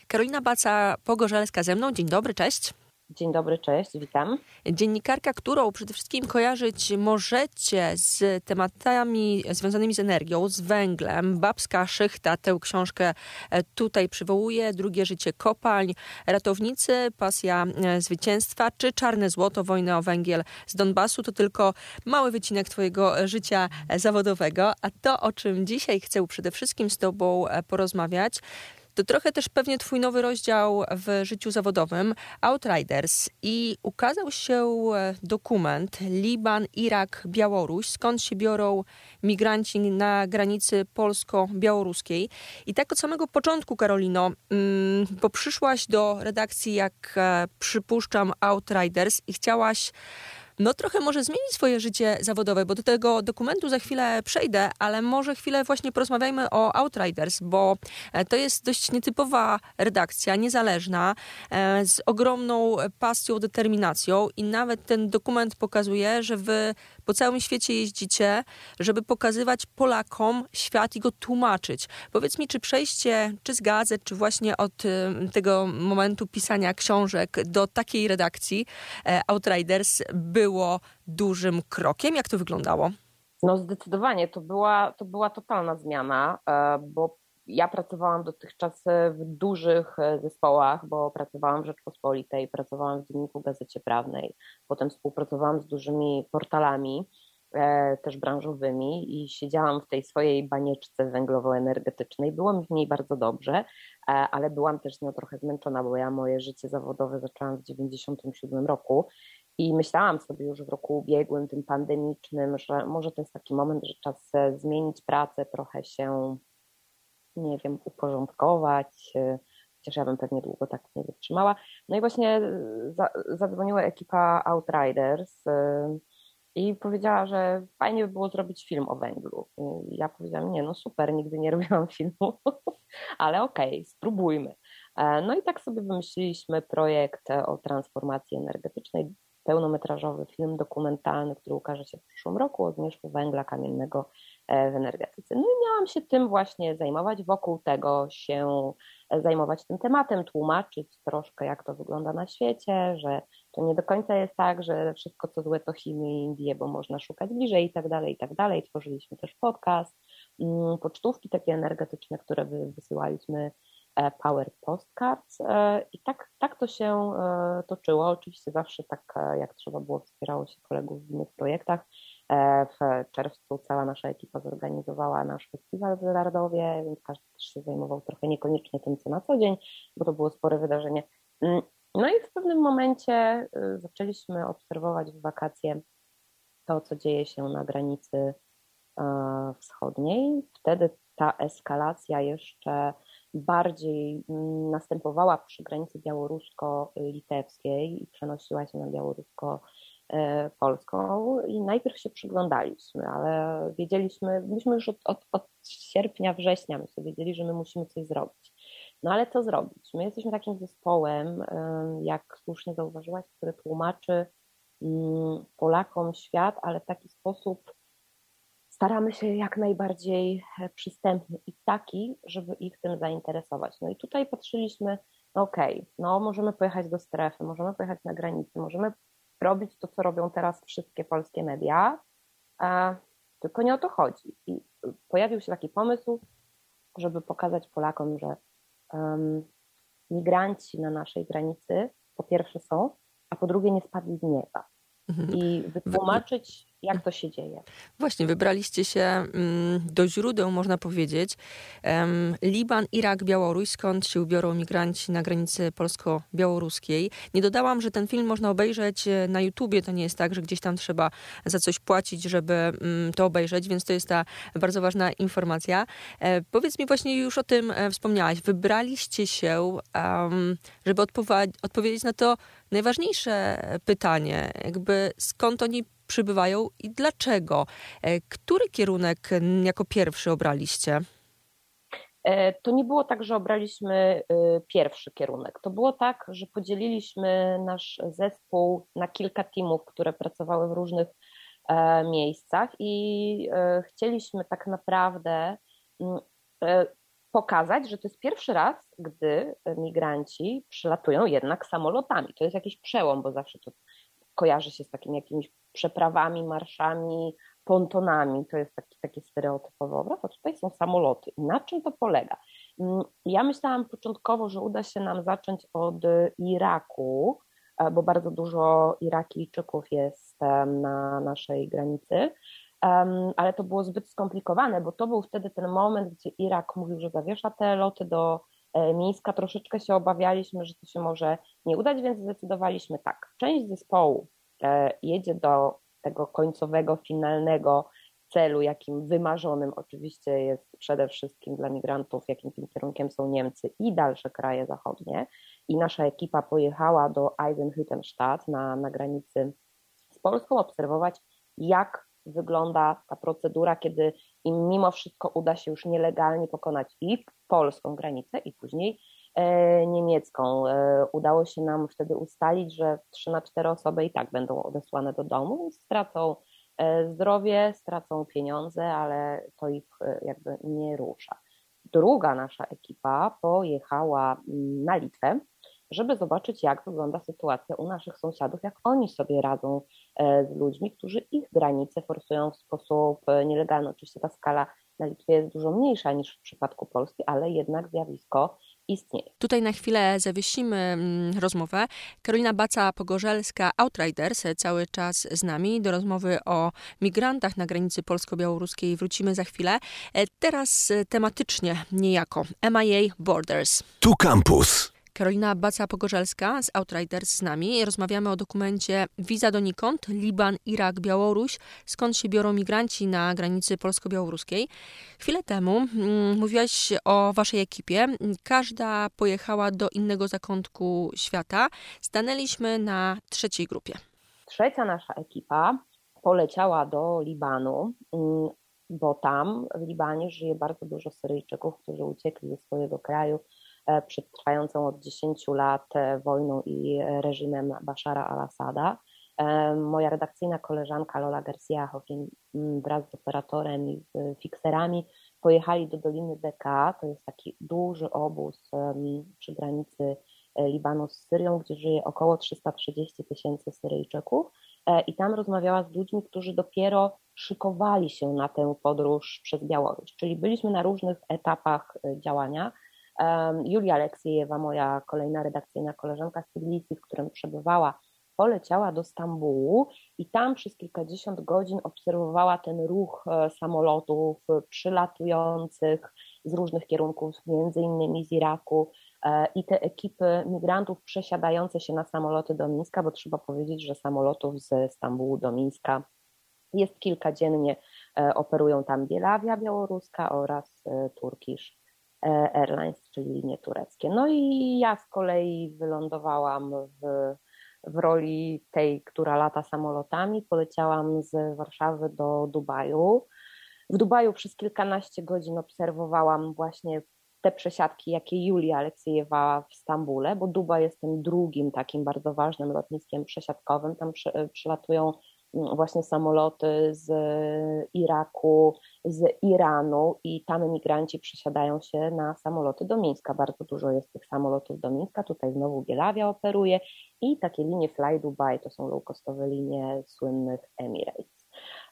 Karolina Baca-Pogorzelska ze mną. Dzień dobry, cześć. Dzień dobry, cześć, witam. Dziennikarka, którą przede wszystkim kojarzyć możecie z tematami związanymi z energią, z węglem. Babska szychta, tę książkę tutaj przywołuje. Drugie życie kopalń, ratownicy, pasja zwycięstwa, czy czarne złoto, wojna o węgiel z Donbasu. To tylko mały wycinek twojego życia zawodowego. A to, o czym dzisiaj chcę przede wszystkim z tobą porozmawiać, to trochę też pewnie twój nowy rozdział w życiu zawodowym, Outriders. I ukazał się dokument Liban, Irak, Białoruś, skąd się biorą migranci na granicy polsko-białoruskiej. I tak od samego początku, Karolino, bo przyszłaś do redakcji, jak przypuszczam, Outriders i chciałaś trochę może zmienić swoje życie zawodowe, bo do tego dokumentu za chwilę przejdę, ale może chwilę właśnie porozmawiajmy o Outriders, bo to jest dość nietypowa redakcja, niezależna, z ogromną pasją, determinacją i nawet ten dokument pokazuje, że wy po całym świecie jeździcie, żeby pokazywać Polakom świat i go tłumaczyć. Powiedz mi, czy przejście, czy z gazet, czy właśnie od tego momentu pisania książek do takiej redakcji Outriders było dużym krokiem? Jak to wyglądało? No zdecydowanie, to była totalna zmiana, bo ja pracowałam dotychczas w dużych zespołach, bo pracowałam w Rzeczpospolitej, pracowałam w Dzienniku Gazecie Prawnej, potem współpracowałam z dużymi portalami, też branżowymi i siedziałam w tej swojej banieczce węglowo-energetycznej. Było mi w niej bardzo dobrze, ale byłam też trochę zmęczona, bo ja moje życie zawodowe zaczęłam w 1997 roku. I myślałam sobie już w roku ubiegłym, tym pandemicznym, że może to jest taki moment, że czas zmienić pracę, trochę się, nie wiem, uporządkować, chociaż ja bym pewnie długo tak nie wytrzymała. No i właśnie zadzwoniła ekipa Outriders i powiedziała, że fajnie by było zrobić film o węglu. I ja powiedziałam, nie, no super, nigdy nie robiłam filmu, ale okej, spróbujmy. No i tak sobie wymyśliliśmy projekt o transformacji energetycznej, pełnometrażowy film dokumentalny, który ukaże się w przyszłym roku o zmierzchu węgla kamiennego w energetyce. No i miałam się tym właśnie zajmować, wokół tego się zajmować tym tematem, tłumaczyć troszkę, jak to wygląda na świecie, że to nie do końca jest tak, że wszystko co złe to Chiny i Indie, bo można szukać bliżej i tak dalej, i tak dalej. Tworzyliśmy też podcast, pocztówki takie energetyczne, które wysyłaliśmy, Power Postcards i tak to się toczyło. Oczywiście zawsze tak jak trzeba było, wspierało się kolegów w innych projektach. W czerwcu cała nasza ekipa zorganizowała nasz festiwal w Lardowie, więc każdy też się zajmował trochę niekoniecznie tym, co na co dzień, bo to było spore wydarzenie. No i w pewnym momencie zaczęliśmy obserwować w wakacje to, co dzieje się na granicy wschodniej. Wtedy ta eskalacja jeszcze bardziej następowała przy granicy białorusko-litewskiej i przenosiła się na białorusko-polską i najpierw się przyglądaliśmy, ale myśmy już od sierpnia, września myśmy wiedzieli, że my musimy coś zrobić. No ale co zrobić? My jesteśmy takim zespołem, jak słusznie zauważyłaś, który tłumaczy Polakom świat, ale w taki sposób staramy się jak najbardziej przystępny i taki, żeby ich tym zainteresować. No i tutaj patrzyliśmy, możemy pojechać do strefy, możemy pojechać na granicę, możemy robić to, co robią teraz wszystkie polskie media, tylko nie o to chodzi. I pojawił się taki pomysł, żeby pokazać Polakom, że migranci na naszej granicy po pierwsze są, a po drugie nie spadli z nieba. I wytłumaczyć, jak to się dzieje. Właśnie, wybraliście się do źródeł, można powiedzieć. Liban, Irak, Białoruś, skąd się ubiorą migranci na granicy polsko-białoruskiej. Nie dodałam, że ten film można obejrzeć na YouTubie. To nie jest tak, że gdzieś tam trzeba za coś płacić, żeby to obejrzeć, więc to jest ta bardzo ważna informacja. Powiedz mi, właśnie już o tym wspomniałaś. Wybraliście się, żeby odpowiedzieć na to najważniejsze pytanie, jakby skąd oni przybywają i dlaczego? Który kierunek jako pierwszy obraliście? To nie było tak, że obraliśmy pierwszy kierunek. To było tak, że podzieliliśmy nasz zespół na kilka teamów, które pracowały w różnych miejscach i chcieliśmy tak naprawdę pokazać, że to jest pierwszy raz, gdy migranci przylatują jednak samolotami. To jest jakiś przełom, bo zawsze to kojarzy się z takimi jakimiś przeprawami, marszami, pontonami. To jest taki stereotypowy obraz, a tutaj są samoloty. I na czym to polega? Ja myślałam początkowo, że uda się nam zacząć od Iraku, bo bardzo dużo Irakijczyków jest na naszej granicy, ale to było zbyt skomplikowane, bo to był wtedy ten moment, gdzie Irak mówił, że zawiesza te loty do Mińska. Troszeczkę się obawialiśmy, że to się może nie udać, więc zdecydowaliśmy tak. Część zespołu jedzie do tego końcowego, finalnego celu, jakim wymarzonym oczywiście jest przede wszystkim dla migrantów, jakim tym kierunkiem są Niemcy i dalsze kraje zachodnie. I nasza ekipa pojechała do Eisenhüttenstadt na granicy z Polską obserwować, jak wygląda ta procedura, kiedy im mimo wszystko uda się już nielegalnie pokonać i polską granicę, i później niemiecką. Udało się nam wtedy ustalić, że 3 na 4 osoby i tak będą odesłane do domu, więc stracą zdrowie, stracą pieniądze, ale to ich jakby nie rusza. Druga nasza ekipa pojechała na Litwę, żeby zobaczyć, jak wygląda sytuacja u naszych sąsiadów, jak oni sobie radzą z ludźmi, którzy ich granice forsują w sposób nielegalny. Oczywiście ta skala na Litwie jest dużo mniejsza niż w przypadku Polski, ale jednak zjawisko istnieje. Tutaj na chwilę zawiesimy rozmowę. Karolina Baca-Pogorzelska, Outriders, cały czas z nami. Do rozmowy o migrantach na granicy polsko-białoruskiej wrócimy za chwilę. Teraz tematycznie niejako. MIA Borders. Tu Campus. Karolina Baca-Pogorzelska z Outriders z nami. Rozmawiamy o dokumencie Wiza donikąd, Liban, Irak, Białoruś, skąd się biorą migranci na granicy polsko-białoruskiej. Chwilę temu mówiłaś o waszej ekipie. Każda pojechała do innego zakątku świata. Stanęliśmy na trzeciej grupie. Trzecia nasza ekipa poleciała do Libanu, bo tam w Libanie żyje bardzo dużo Syryjczyków, którzy uciekli ze swojego kraju przed trwającą od 10 lat wojną i reżimem Bashara al-Assada. Moja redakcyjna koleżanka Lola Garcia-Hofin wraz z operatorem i z fikserami pojechali do Doliny Bekaa. To jest taki duży obóz przy granicy Libanu z Syrią, gdzie żyje około 330 000 Syryjczyków. I tam rozmawiała z ludźmi, którzy dopiero szykowali się na tę podróż przez Białoruś. Czyli byliśmy na różnych etapach działania. Julia Aleksiejewa, moja kolejna redakcyjna koleżanka z Tbilisi, w którym przebywała, poleciała do Stambułu i tam przez kilkadziesiąt godzin obserwowała ten ruch samolotów przylatujących z różnych kierunków, między innymi z Iraku, i te ekipy migrantów przesiadające się na samoloty do Mińska, bo trzeba powiedzieć, że samolotów ze Stambułu do Mińska jest kilka dziennie. Operują tam Bielawia białoruska oraz Turkish Airlines, czyli linie tureckie. No i ja z kolei wylądowałam w roli tej, która lata samolotami. Poleciałam z Warszawy do Dubaju. W Dubaju przez kilkanaście godzin obserwowałam właśnie te przesiadki, jakie Julia Aleksiejewa w Stambule, bo Dubaj jest tym drugim takim bardzo ważnym lotniskiem przesiadkowym. Tam przylatują właśnie samoloty z Iraku, z Iranu i tam emigranci przesiadają się na samoloty do Mińska. Bardzo dużo jest tych samolotów do Mińska. Tutaj znowu Bielawia operuje i takie linie Fly Dubai, to są low-costowe linie słynnych Emirates.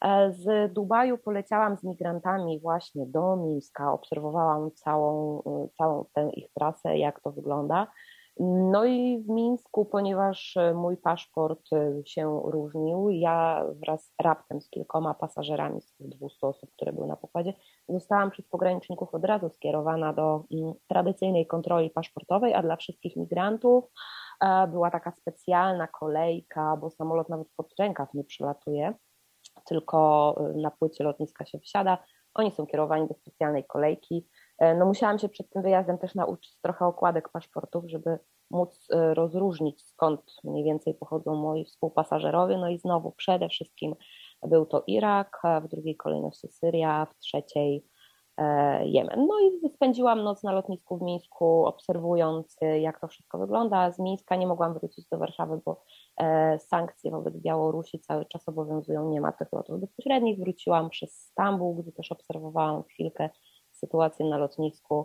Z Dubaju poleciałam z migrantami właśnie do Mińska, obserwowałam całą tę ich trasę, jak to wygląda. No i w Mińsku, ponieważ mój paszport się różnił, ja wraz raptem z kilkoma pasażerami z tych 200 osób, które były na pokładzie, zostałam przez pograniczników od razu skierowana do tradycyjnej kontroli paszportowej, a dla wszystkich migrantów była taka specjalna kolejka, bo samolot nawet pod rękaw nie przylatuje, tylko na płycie lotniska się wsiada. Oni są kierowani do specjalnej kolejki. No musiałam się przed tym wyjazdem też nauczyć trochę okładek paszportów, żeby móc rozróżnić, skąd mniej więcej pochodzą moi współpasażerowie. No i znowu przede wszystkim był to Irak, w drugiej kolejności Syria, w trzeciej Jemen. No i spędziłam noc na lotnisku w Mińsku, obserwując, jak to wszystko wygląda. Z Mińska nie mogłam wrócić do Warszawy, bo sankcje wobec Białorusi cały czas obowiązują, nie ma tych lotów bezpośrednich. Wróciłam przez Stambuł, gdzie też obserwowałam chwilkę sytuację na lotnisku.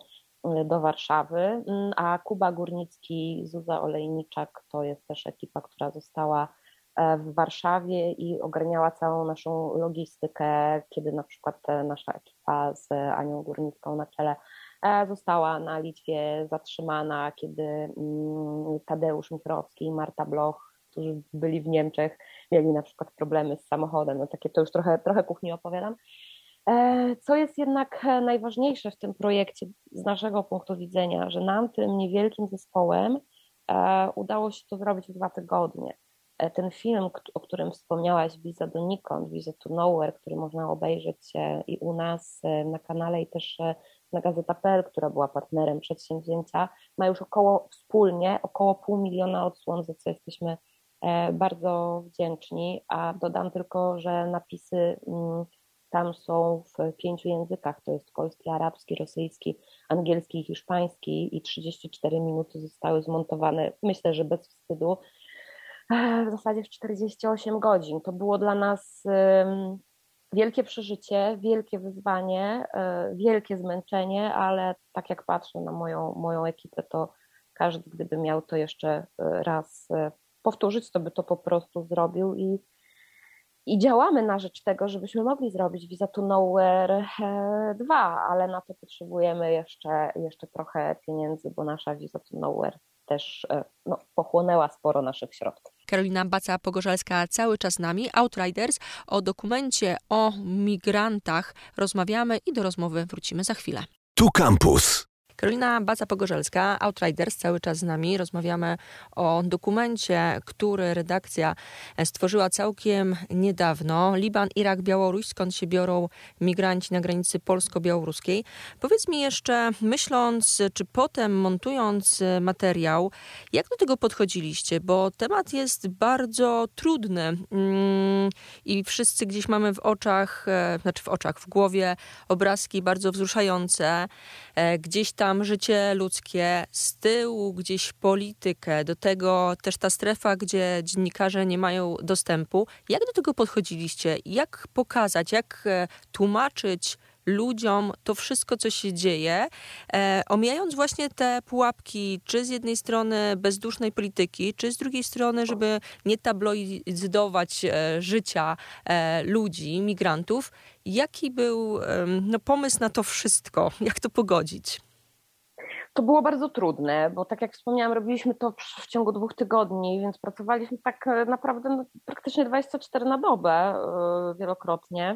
do Warszawy, a Kuba Górnicki, Zuza Olejniczak to jest też ekipa, która została w Warszawie i ogarniała całą naszą logistykę, kiedy na przykład nasza ekipa z Anią Górnicką na czele została na Litwie zatrzymana, kiedy Tadeusz Michrowski i Marta Bloch, którzy byli w Niemczech, mieli na przykład problemy z samochodem. No takie to już trochę kuchni opowiadam. Co jest jednak najważniejsze w tym projekcie z naszego punktu widzenia, że nam, tym niewielkim zespołem, udało się to zrobić w 2 tygodnie. Ten film, o którym wspomniałaś, Visa donikąd, Visa to Nowhere, który można obejrzeć i u nas na kanale i też na Gazeta.pl, która była partnerem przedsięwzięcia, ma już wspólnie około 500 000 odsłon, za co jesteśmy bardzo wdzięczni, a dodam tylko, że napisy tam są w 5 językach, to jest polski, arabski, rosyjski, angielski i hiszpański i 34 minuty zostały zmontowane, myślę, że bez wstydu, w zasadzie w 48 godzin. To było dla nas wielkie przeżycie, wielkie wyzwanie, wielkie zmęczenie, ale tak jak patrzę na moją ekipę, to każdy, gdyby miał to jeszcze raz powtórzyć, to by to po prostu zrobił i działamy na rzecz tego, żebyśmy mogli zrobić Visa to Nowhere 2, ale na to potrzebujemy jeszcze trochę pieniędzy, bo nasza Visa to Nowhere też pochłonęła sporo naszych środków. Karolina Baca-Pogorzelska cały czas z nami. Outriders, o dokumencie o migrantach rozmawiamy i do rozmowy wrócimy za chwilę. Tu Campus. Karolina Baca-Pogorzelska, Outriders, cały czas z nami. Rozmawiamy o dokumencie, który redakcja stworzyła całkiem niedawno. Liban, Irak, Białoruś, skąd się biorą migranci na granicy polsko-białoruskiej. Powiedz mi jeszcze, myśląc, czy potem montując materiał, jak do tego podchodziliście? Bo temat jest bardzo trudny i wszyscy gdzieś mamy w głowie obrazki bardzo wzruszające. Gdzieś tam życie ludzkie, z tyłu gdzieś politykę, do tego też ta strefa, gdzie dziennikarze nie mają dostępu. Jak do tego podchodziliście? Jak pokazać, jak tłumaczyć ludziom to wszystko, co się dzieje, omijając właśnie te pułapki, czy z jednej strony bezdusznej polityki, czy z drugiej strony, żeby nie tabloidować życia ludzi, migrantów. Jaki był pomysł na to wszystko? Jak to pogodzić? To było bardzo trudne, bo tak jak wspomniałam, robiliśmy to w ciągu 2 tygodni, więc pracowaliśmy tak naprawdę praktycznie 24 na dobę wielokrotnie.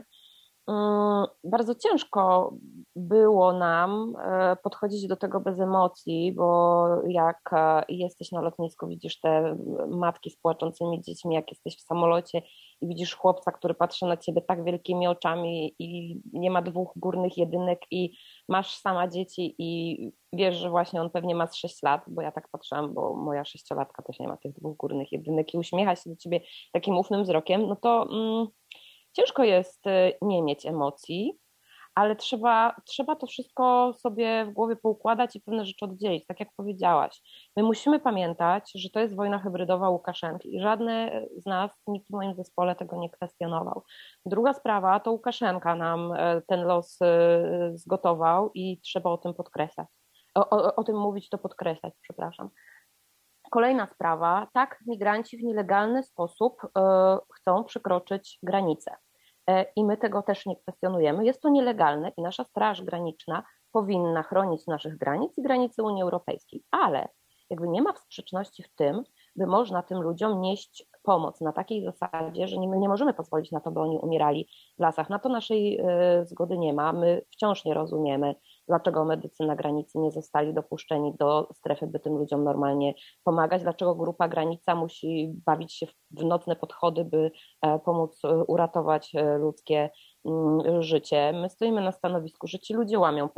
Bardzo ciężko było nam podchodzić do tego bez emocji, bo jak jesteś na lotnisku, widzisz te matki z płaczącymi dziećmi, jak jesteś w samolocie i widzisz chłopca, który patrzy na ciebie tak wielkimi oczami i nie ma 2 górnych jedynek i masz sama dzieci i wiesz, że właśnie on pewnie ma z 6 lat, bo ja tak patrzyłam, bo moja 6-latka też nie ma tych 2 górnych jedynek i uśmiecha się do ciebie takim ufnym wzrokiem, no to ciężko jest nie mieć emocji, ale trzeba to wszystko sobie w głowie poukładać i pewne rzeczy oddzielić, tak jak powiedziałaś. My musimy pamiętać, że to jest wojna hybrydowa Łukaszenki i żadne z nas, nikt w moim zespole tego nie kwestionował. Druga sprawa, to Łukaszenka nam ten los zgotował i trzeba o tym podkreślać. O tym mówić, to podkreślać, przepraszam. Kolejna sprawa, tak, migranci w nielegalny sposób chcą przekroczyć granicę. I my tego też nie kwestionujemy. Jest to nielegalne i nasza Straż Graniczna powinna chronić naszych granic i granicy Unii Europejskiej, ale jakby nie ma sprzeczności w tym, by można tym ludziom nieść pomoc na takiej zasadzie, że my nie możemy pozwolić na to, by oni umierali w lasach. Na to naszej zgody nie ma. My wciąż nie rozumiemy, dlaczego medycy na granicy nie zostali dopuszczeni do strefy, by tym ludziom normalnie pomagać, dlaczego Grupa Granica musi bawić się w nocne podchody, by pomóc uratować ludzkie życie. My stoimy na stanowisku, że ci ludzie łamią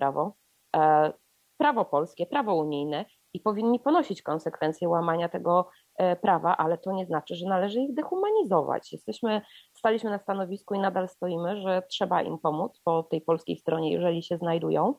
prawo polskie, prawo unijne i powinni ponosić konsekwencje łamania tego prawa, ale to nie znaczy, że należy ich dehumanizować. Staliśmy na stanowisku i nadal stoimy, że trzeba im pomóc po tej polskiej stronie, jeżeli się znajdują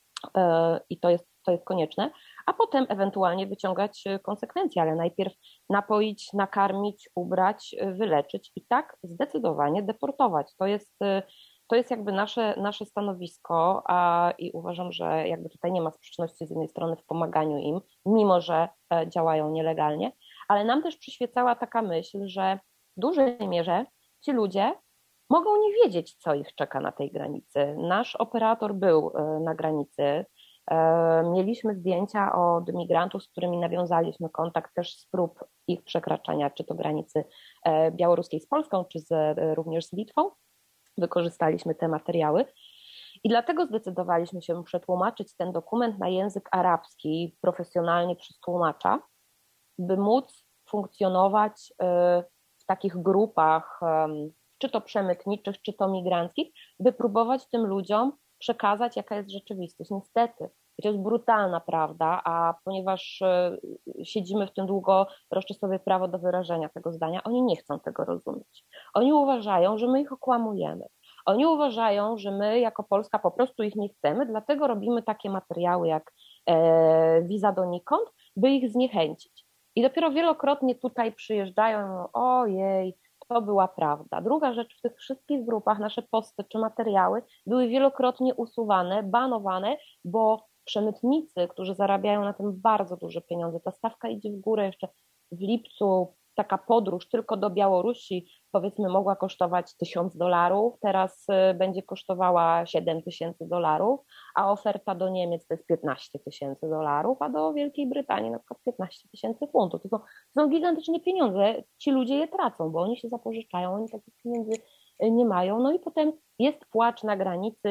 i to jest konieczne, a potem ewentualnie wyciągać konsekwencje, ale najpierw napoić, nakarmić, ubrać, wyleczyć i tak zdecydowanie deportować. To jest to jest jakby nasze stanowisko i uważam, że jakby tutaj nie ma sprzeczności z jednej strony w pomaganiu im, mimo że działają nielegalnie, ale nam też przyświecała taka myśl, że w dużej mierze ci ludzie mogą nie wiedzieć, co ich czeka na tej granicy. Nasz operator był na granicy. Mieliśmy zdjęcia od migrantów, z którymi nawiązaliśmy kontakt też z prób ich przekraczania, czy to granicy białoruskiej z Polską, czy również z Litwą. Wykorzystaliśmy te materiały i dlatego zdecydowaliśmy się przetłumaczyć ten dokument na język arabski profesjonalnie przez tłumacza, by móc funkcjonować w takich grupach, czy to przemytniczych, czy to migranckich, by próbować tym ludziom przekazać, jaka jest rzeczywistość. Niestety, to jest brutalna prawda, a ponieważ siedzimy w tym długo, roszczę sobie prawo do wyrażenia tego zdania, oni nie chcą tego rozumieć. Oni uważają, że my ich okłamujemy. Oni uważają, że my jako Polska po prostu ich nie chcemy, dlatego robimy takie materiały jak wiza donikąd, by ich zniechęcić. I dopiero wielokrotnie tutaj przyjeżdżają, ojej, to była prawda. Druga rzecz, w tych wszystkich grupach nasze posty czy materiały były wielokrotnie usuwane, banowane, bo przemytnicy, którzy zarabiają na tym bardzo duże pieniądze, ta stawka idzie w górę jeszcze w lipcu, taka podróż tylko do Białorusi powiedzmy mogła kosztować $1000, teraz będzie kosztowała $7000, a oferta do Niemiec to jest $15,000, a do Wielkiej Brytanii na przykład 15,000 funtów. To są gigantyczne pieniądze, ci ludzie je tracą, bo oni się zapożyczają, oni takich pieniędzy nie mają, no i potem jest płacz na granicy,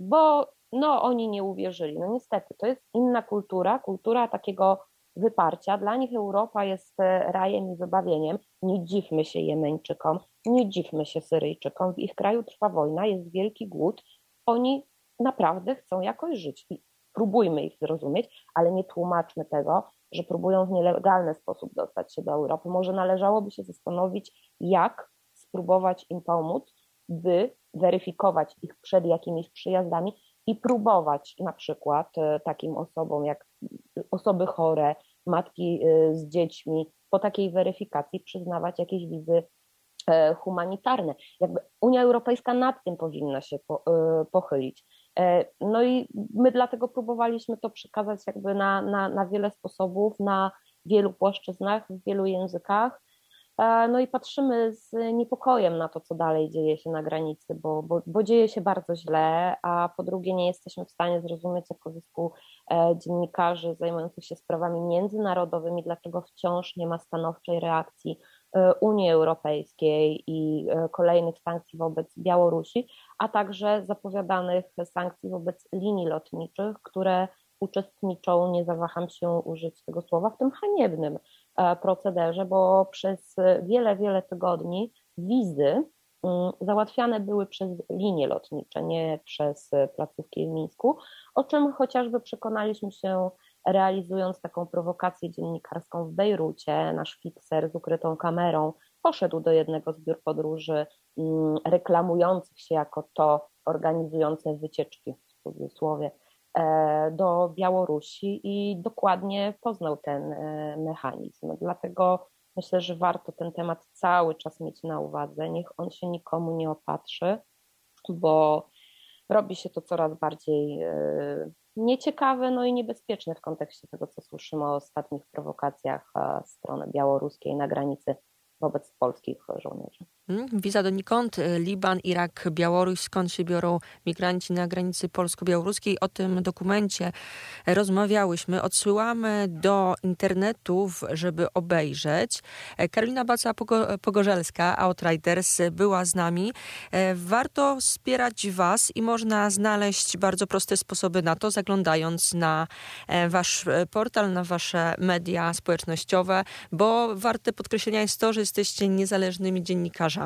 bo oni nie uwierzyli. No niestety, to jest inna kultura takiego wyparcia. Dla nich Europa jest rajem i wybawieniem. Nie dziwmy się Jemeńczykom, nie dziwmy się Syryjczykom. W ich kraju trwa wojna, jest wielki głód. Oni naprawdę chcą jakoś żyć i próbujmy ich zrozumieć, ale nie tłumaczmy tego, że próbują w nielegalny sposób dostać się do Europy. Może należałoby się zastanowić, jak spróbować im pomóc, by weryfikować ich przed jakimiś przyjazdami i próbować na przykład takim osobom jak osoby chore, matki z dziećmi, po takiej weryfikacji przyznawać jakieś wizy humanitarne. Jakby Unia Europejska nad tym powinna się pochylić. No i my dlatego próbowaliśmy to przekazać jakby na wiele sposobów, na wielu płaszczyznach, w wielu językach. No i patrzymy z niepokojem na to, co dalej dzieje się na granicy, bo dzieje się bardzo źle, a po drugie nie jesteśmy w stanie zrozumieć jako zespół dziennikarzy zajmujących się sprawami międzynarodowymi, dlaczego wciąż nie ma stanowczej reakcji Unii Europejskiej i kolejnych sankcji wobec Białorusi, a także zapowiadanych sankcji wobec linii lotniczych, które uczestniczą, nie zawaham się użyć tego słowa, w tym haniebnym procederze, bo przez wiele tygodni wizy załatwiane były przez linie lotnicze, nie przez placówki w Mińsku, o czym chociażby przekonaliśmy się realizując taką prowokację dziennikarską w Bejrucie. Nasz fikser z ukrytą kamerą poszedł do jednego z biur podróży reklamujących się jako to organizujące wycieczki, w cudzysłowie, do Białorusi i dokładnie poznał ten mechanizm. Dlatego myślę, że warto ten temat cały czas mieć na uwadze. Niech on się nikomu nie opatrzy, bo robi się to coraz bardziej nieciekawe, no i niebezpieczne w kontekście tego, co słyszymy o ostatnich prowokacjach strony białoruskiej na granicy wobec polskich żołnierzy. Wiza donikąd, Liban, Irak, Białoruś, skąd się biorą migranci na granicy polsko-białoruskiej. O tym dokumencie rozmawiałyśmy. Odsyłamy do internetów, żeby obejrzeć. Karolina Baca-Pogorzelska, Outriders, była z nami. Warto wspierać Was i można znaleźć bardzo proste sposoby na to, zaglądając na Wasz portal, na Wasze media społecznościowe, bo warte podkreślenia jest to, że jesteście niezależnymi dziennikarzami.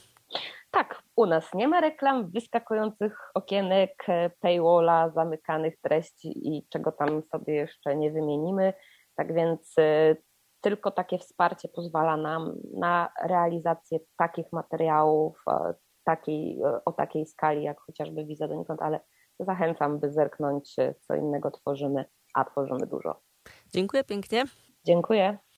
Tak, u nas nie ma reklam, wyskakujących okienek, paywalla, zamykanych treści i czego tam sobie jeszcze nie wymienimy. Tak więc tylko takie wsparcie pozwala nam na realizację takich materiałów o takiej skali, jak chociażby Wiza donikąd, ale zachęcam, by zerknąć, co innego tworzymy, a tworzymy dużo. Dziękuję pięknie. Dziękuję.